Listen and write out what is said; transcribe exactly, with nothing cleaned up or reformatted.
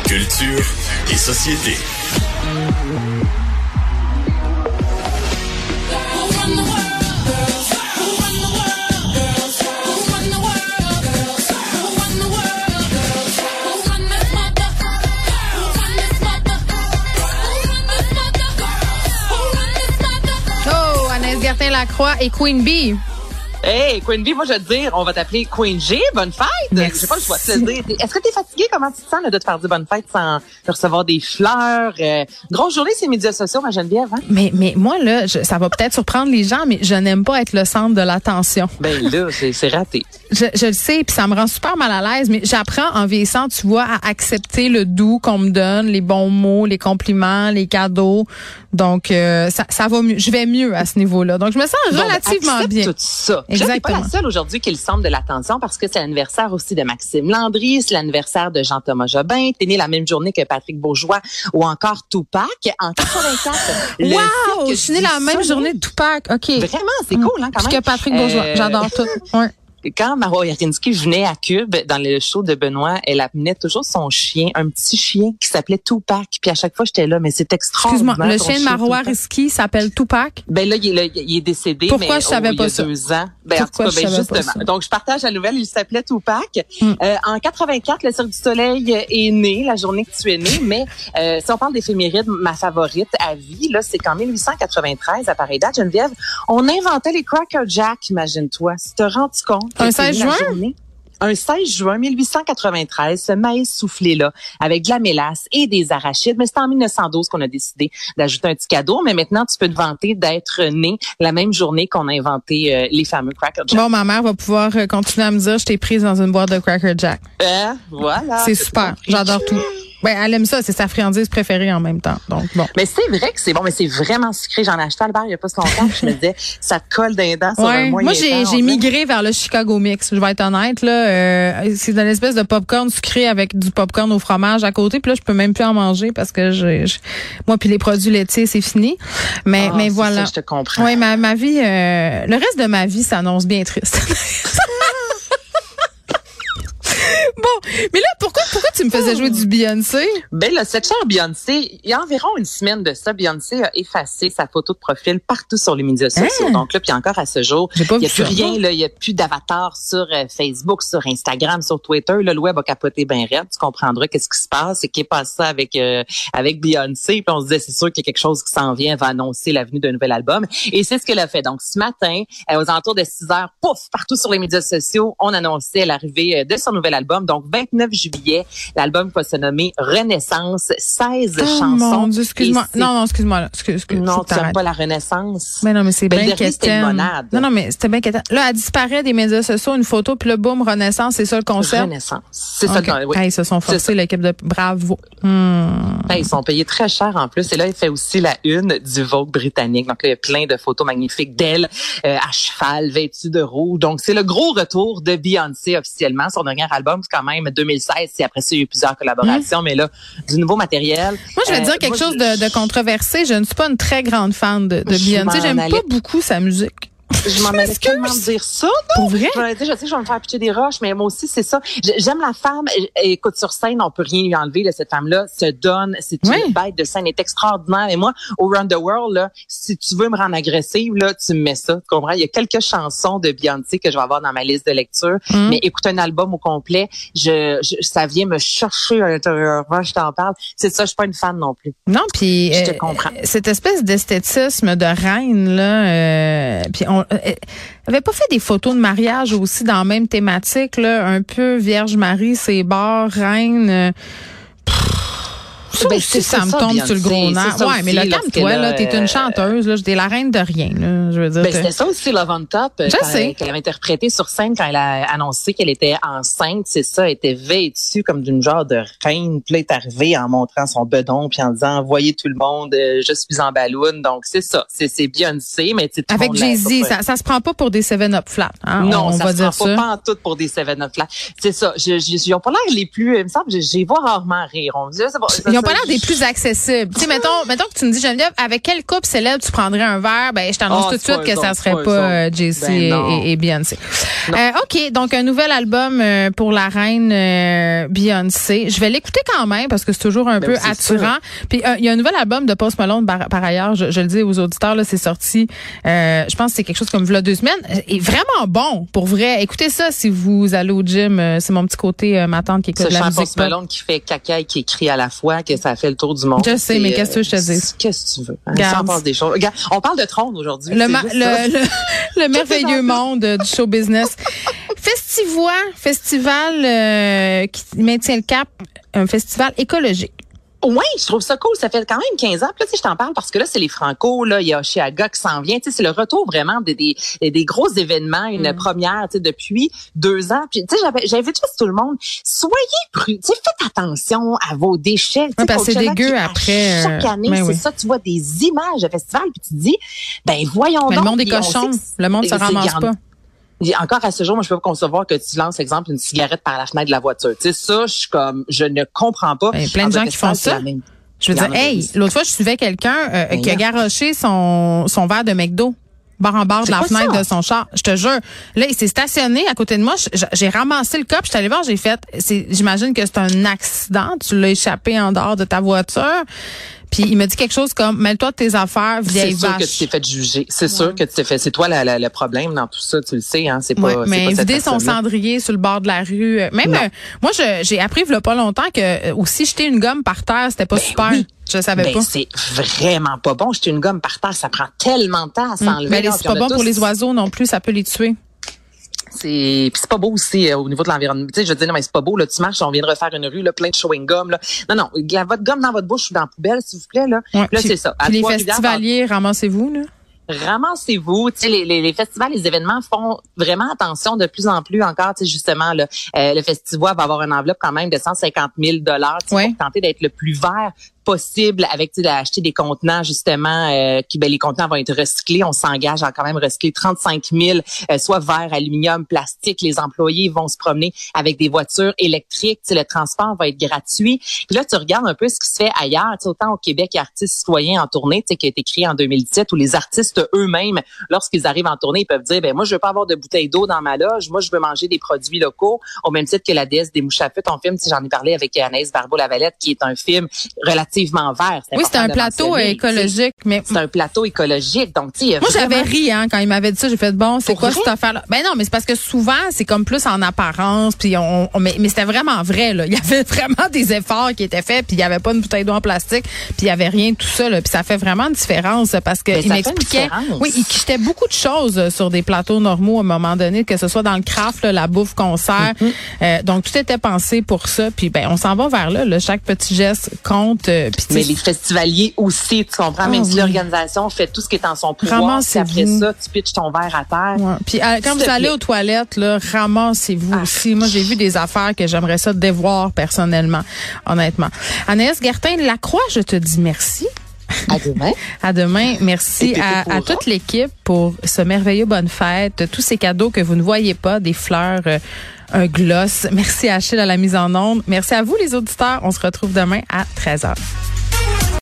Culture et société. Oh, Anaïs Gertin-Lacroix et Queen Bee. Hey, Queen Bee, moi, je veux te dire, on va t'appeler Queen G. Bonne fête. Merci. Je sais pas, je dois te le dire. Est-ce que t'es fatiguée? Comment tu te sens là, de te faire dire bonne fête sans recevoir des fleurs? Euh, grosse journée, ces médias sociaux, ma Geneviève. Hein? Mais, mais moi, là, je, ça va peut-être surprendre les gens, mais je n'aime pas être le centre de l'attention. Ben là, c'est, c'est raté. Je, je le sais, puis ça me rend super mal à l'aise, mais j'apprends en vieillissant, tu vois, à accepter le doux qu'on me donne, les bons mots, les compliments, les cadeaux. Donc, euh, ça, ça va mieux. Je vais mieux à ce niveau-là. Donc, je me sens Bon, relativement ben, bien. Tout ça. Exactement. Je suis pas la seule aujourd'hui qui est le centre de l'attention parce que c'est l'anniversaire aussi de Maxime Landry, c'est l'anniversaire de Jean-Thomas Jobin. T'es né la même journée que Patrick Bourgeois ou encore Tupac. En quatre-vingt-quatre. Wow! Je suis née la même journée de Tupac. OK. Vraiment, c'est cool, hein, quand Plus même. que Patrick Bourgeois. Euh, J'adore tout. Ouais. Quand Marois Yarinski venait à Cube dans le show de Benoît, elle amenait toujours son chien, un petit chien qui s'appelait Tupac. Puis à chaque fois, j'étais là, mais c'est extraordinaire. Excuse-moi, le chien de Marois Yarinski s'appelle Tupac? Ben là, il est, là, il est décédé. Pourquoi mais, je savais oh, pas il y a ça? deux ans. Ben, Pourquoi en tout cas, je ben, savais pas justement. ça? Donc, je partage la nouvelle. Il s'appelait Tupac. Mm. Euh, en quatre-vingt-quatre, le Cirque du Soleil est né, la journée que tu es né. Mais euh, si on parle d'éphémérides, ma favorite à vie, là, c'est qu'en dix-huit cent quatre-vingt-treize, à pareille date, Geneviève, on inventait les Cracker Jack, imagine-toi. Si tu te rends compte. Un seize juin? Un seize juin mille huit cent quatre-vingt-treize, ce maïs soufflé-là, avec de la mélasse et des arachides. Mais c'est en mille neuf cent douze qu'on a décidé d'ajouter un petit cadeau. Mais maintenant, tu peux te vanter d'être né la même journée qu'on a inventé euh, les fameux Cracker Jack. Bon, ma mère va pouvoir euh, continuer à me dire, je t'ai prise dans une boîte de Cracker Jack. Euh, voilà. C'est super. J'adore tout. Ben, elle aime ça, c'est sa friandise préférée en même temps. Donc, bon. Mais c'est vrai que c'est bon, mais c'est vraiment sucré. J'en ai acheté à le bar il y a pas si longtemps. Je me disais, ça te colle d'un dent sur Ouais. un mois. Moi, j'ai, j'ai migré vers le Chicago Mix. Je vais être honnête, là. Euh, c'est une espèce de popcorn sucré avec du popcorn au fromage à côté. Puis là, je peux même plus en manger parce que je, je moi, puis les produits laitiers, c'est fini. Mais, Ah, mais c'est voilà. ça, je te comprends. Ouais, ma, ma vie, euh, le reste de ma vie s'annonce bien triste. Bon, mais là, pourquoi, pourquoi tu me faisais jouer du Beyoncé? Ben là, cette chère Beyoncé, il y a environ une semaine de ça, Beyoncé a effacé sa photo de profil partout sur les médias sociaux. Hein? Donc là, puis encore à ce jour, J'ai pas il n'y a vu plus ça. rien, là, il n'y a plus d'avatar sur euh, Facebook, sur Instagram, sur Twitter. Là, le web a capoté ben raide. Tu comprendras qu'est-ce qui se passe et qui est passé ça avec euh, avec Beyoncé. Puis on se disait, c'est sûr qu'il y a quelque chose qui s'en vient, elle va annoncer la venue d'un nouvel album. Et c'est ce qu'elle a fait. Donc ce matin, euh, aux alentours de six heures, pouf, partout sur les médias sociaux, on annonçait l'arrivée euh, de son nouvel album. Donc vingt-neuf juillet, l'album va se nommer Renaissance, seize Oh, chansons. mon Dieu, excuse-moi. Et c'est- Non, non, excuse-moi, là. Excuse, excuse, faut Non, que tu n'aimes t'arrêtes. pas la Renaissance. Mais non, mais c'est Ben, bien le dernier, c'était une quétaine. monade. Non, non, mais c'était bien quétaine. Là, elle disparaît des médias sociaux, une photo, puis là, boum, Renaissance, c'est ça le concept. Renaissance. C'est Okay. ça. Oui. Hey, ils se sont C'est forcés, ça. l'équipe de Bravo. Hmm. Hey, ils sont payés très cher en plus. Et là, il fait aussi la une du Vogue britannique. Donc là, il y a plein de photos magnifiques d'elle euh, à cheval, vêtue de rouge. Donc, c'est le gros retour de Beyoncé officiellement. Son dernier album, c'est quand même deux mille seize. Et après ça, il y a eu plusieurs collaborations. Mais là, du nouveau matériel. Moi, je vais Euh, dire quelque moi, chose je- de, de controversé. Je ne suis pas une très grande fan de, de Je Beyoncé. m'en J'aime allais- pas beaucoup sa musique. Je m'en allais m'excuse. tellement dire ça. Pour vrai? Je m'en- je sais que je vais me faire pitcher des roches, mais moi aussi, c'est ça. J- J'aime la femme. Et- Écoute, sur scène, on peut rien lui enlever. Là, cette femme-là se donne. C'est une Oui. bête de scène, elle est extraordinaire. Et moi, au Round the World, là, si tu veux me rendre agressive, là, tu me mets ça. Tu comprends? Il y a quelques chansons de Beyoncé que je vais avoir dans ma liste de lecture. Mm. Mais écoute un album au complet, je, je ça vient me chercher à l'intérieur. Moi, je t'en parle. C'est ça, je suis pas une fan non plus. Non, puis Je te euh, comprends. cette espèce d'esthétisme de reine là, euh, puis on euh, avait pas fait des photos de mariage aussi dans la même thématique là, un peu Vierge Marie, ses bords, reine. euh, Ça Ben, aussi, c'est ça me ça, tombe Beyoncé, sur le gros nerf. c'est ça Ouais, mais aussi, là, lorsqu'elle calme-toi, a, là, t'es une euh, chanteuse, là, j'étais la reine de rien, là, je veux dire. Ben, t'es- c'était ça aussi, Love on Top. euh, Je quand- sais. Qu'elle avait interprété sur scène quand elle a annoncé qu'elle était enceinte. C'est ça, elle était vêtue comme d'une genre de reine. Puis là, elle est arrivée en montrant son bedon puis en disant, voyez tout le monde, euh, je suis en ballon. Donc, c'est ça. C'est, c'est Beyoncé, mais tu sais, tout le Avec monde la- Jay-Z, ça, ça se prend pas pour des seven up flat. Hein? Non, on, on ça va se dire prend ça. pas, pas en tout pour des seven up là. C'est ça. Je, je, ils ont pas l'air les plus, il me semble, je, je les vois rarement rire. On me dit, c'est bon, ça, Ils ont pas l'air des plus accessibles. Tu sais, mettons, mettons que tu me dis, Geneviève, avec quel couple célèbre tu prendrais un verre? Ben, je t'annonce oh, tout de suite que ça serait pas euh, Jay-Z ben et, et Beyoncé. Euh, OK, donc un nouvel album euh, pour la reine euh, Beyoncé. Je vais l'écouter quand même parce que c'est toujours un ben peu attirant. Puis il euh, y a un nouvel album de Post Malone par, par ailleurs, je, je le dis aux auditeurs, là, c'est sorti, euh, je pense que c'est quelque chose comme v'là deux semaines. Et vraiment bon, pour vrai. Écoutez ça si vous allez au gym. Euh, c'est mon petit côté euh, ma tante qui écoute Ce de la musique. Post Malone qui fait caca et qui écrit à la fois, que ça fait le tour du monde. Je sais, mais qu'est-ce que je te dis? Qu'est-ce que tu veux? Hein? Ça en passe des choses. Regarde, on parle de trône aujourd'hui. Le, ma- le, le, le merveilleux monde du show business. Festivois, festival euh, qui maintient le cap, un festival écologique. Oui, je trouve ça cool. Ça fait quand même quinze ans. Puis là, tu sais, je t'en parle parce que là, c'est les Franco. Là, il y a Oshéaga qui s'en vient. Tu sais, c'est le retour vraiment des des, des gros événements, une mm. première, tu sais, depuis deux ans. Puis, tu sais, j'avais, j'invite juste tout le monde. Soyez prudents. Tu sais, faites attention à vos déchets. Oui, parce que c'est dégueu qui, après. Chaque année, euh, c'est oui. ça. Tu vois des images de festival puis tu te dis, ben voyons mais donc. Le monde est cochon. Le monde se ramasse pas. Encore à ce jour, moi, je peux pas concevoir que tu lances, exemple, une cigarette par la fenêtre de la voiture. Tu sais, ça, je suis comme, je ne comprends pas. Ben, plein de gens qui font ça. Je veux dire, hey, l'autre fois, je suivais quelqu'un euh, ben, qui a garoché son, son verre de McDo. Barre en barre de la fenêtre ça? de son char. Je te jure. Là, il s'est stationné à côté de moi. J'ai ramassé le cop. Je suis allée voir, j'ai fait, c'est, j'imagine que c'est un accident. Tu l'as échappé en dehors de ta voiture. Puis il me dit quelque chose comme, mêle-toi de tes affaires, vieille vache. C'est sûr que tu t'es fait juger. C'est ouais. sûr que tu t'es fait. C'est toi la, la, le problème dans tout ça. Tu le sais, hein. C'est pas. Ouais, mais c'est pas vider son cendrier sur le bord de la rue. Même euh, moi, je, j'ai appris il y a pas longtemps que euh, aussi jeter une gomme par terre, c'était pas ben super. Oui. Je savais ben, pas. C'est vraiment pas bon. Jeter une gomme par terre, ça prend tellement de temps à s'enlever. Mais c'est pas bon tous... pour les oiseaux non plus. Ça peut les tuer. C'est puis c'est pas beau aussi euh, au niveau de l'environnement. Tu sais, je veux dire, non, mais c'est pas beau là. Tu marches, on vient de refaire une rue là, plein de chewing gum là. Non, non, la, votre gomme dans votre bouche ou dans la poubelle, s'il vous plaît là. Ouais, là, puis, c'est ça. Puis les festivaliers, dans... ramassez-vous là. Ramassez-vous, tu sais, les, les, les festivals, les événements font vraiment attention de plus en plus encore, tu sais, justement, là, euh, le festival va avoir une enveloppe quand même de cent cinquante mille dollars, ouais. pour tenter d'être le plus vert possible avec, tu sais, d'acheter des contenants, justement, euh, qui, ben, les contenants vont être recyclés. On s'engage à quand même recycler trente-cinq mille, euh, soit verre, aluminium, plastique. Les employés vont se promener avec des voitures électriques. Tu sais, le transport va être gratuit. Puis là, tu regardes un peu ce qui se fait ailleurs, tu sais, autant au Québec, Artistes citoyens en tournée, tu sais, qui a été créé en deux mille dix-sept, où les artistes eux-mêmes, lorsqu'ils arrivent en tournée, ils peuvent dire, ben moi, je veux pas avoir de bouteilles d'eau dans ma loge. Moi, je veux manger des produits locaux, au même titre que La déesse des mouches à feu, ton film, tu sais, j'en ai parlé avec Anaïs Barbeau-Lavalette, qui est un film relativement vert. C'est oui, c'est un plateau écologique, mais c'est un plateau écologique. Donc, tu sais, moi, vraiment... j'avais ri hein quand il m'avait dit ça. J'ai fait bon, c'est quoi vrai? Cette affaire-là? Ben non, mais c'est parce que souvent, c'est comme plus en apparence. Puis on, on mais, mais c'était vraiment vrai là. Il y avait vraiment des efforts qui étaient faits. Puis il y avait pas une bouteille d'eau en plastique. Puis il y avait rien de tout ça. Là. Puis ça fait vraiment une différence parce que il m'expliquait. Oui, il jetait beaucoup de choses sur des plateaux normaux à un moment donné, que ce soit dans le craft, là, la bouffe qu'on sert. Mm-hmm. Euh, donc tout était pensé pour ça. Puis ben on s'en va vers là. là. Chaque petit geste compte. Euh, puis mais les festivaliers aussi, tu comprends, même oh, si oui. l'organisation fait tout ce qui est en son pouvoir, puis après ça, tu pitches ton verre à terre. Ouais. Puis euh, quand vous allez aux toilettes, là, ramassez-vous ah. aussi. Moi, j'ai vu des affaires que j'aimerais ça dévoir personnellement, honnêtement. Anaïs Gertin-Lacroix, je te dis merci. À demain. À demain. Merci à, à toute l'équipe pour ce merveilleux bonne fête, tous ces cadeaux que vous ne voyez pas, des fleurs, euh, un gloss. Merci à Achille à la mise en onde. Merci à vous, les auditeurs. On se retrouve demain à treize heures.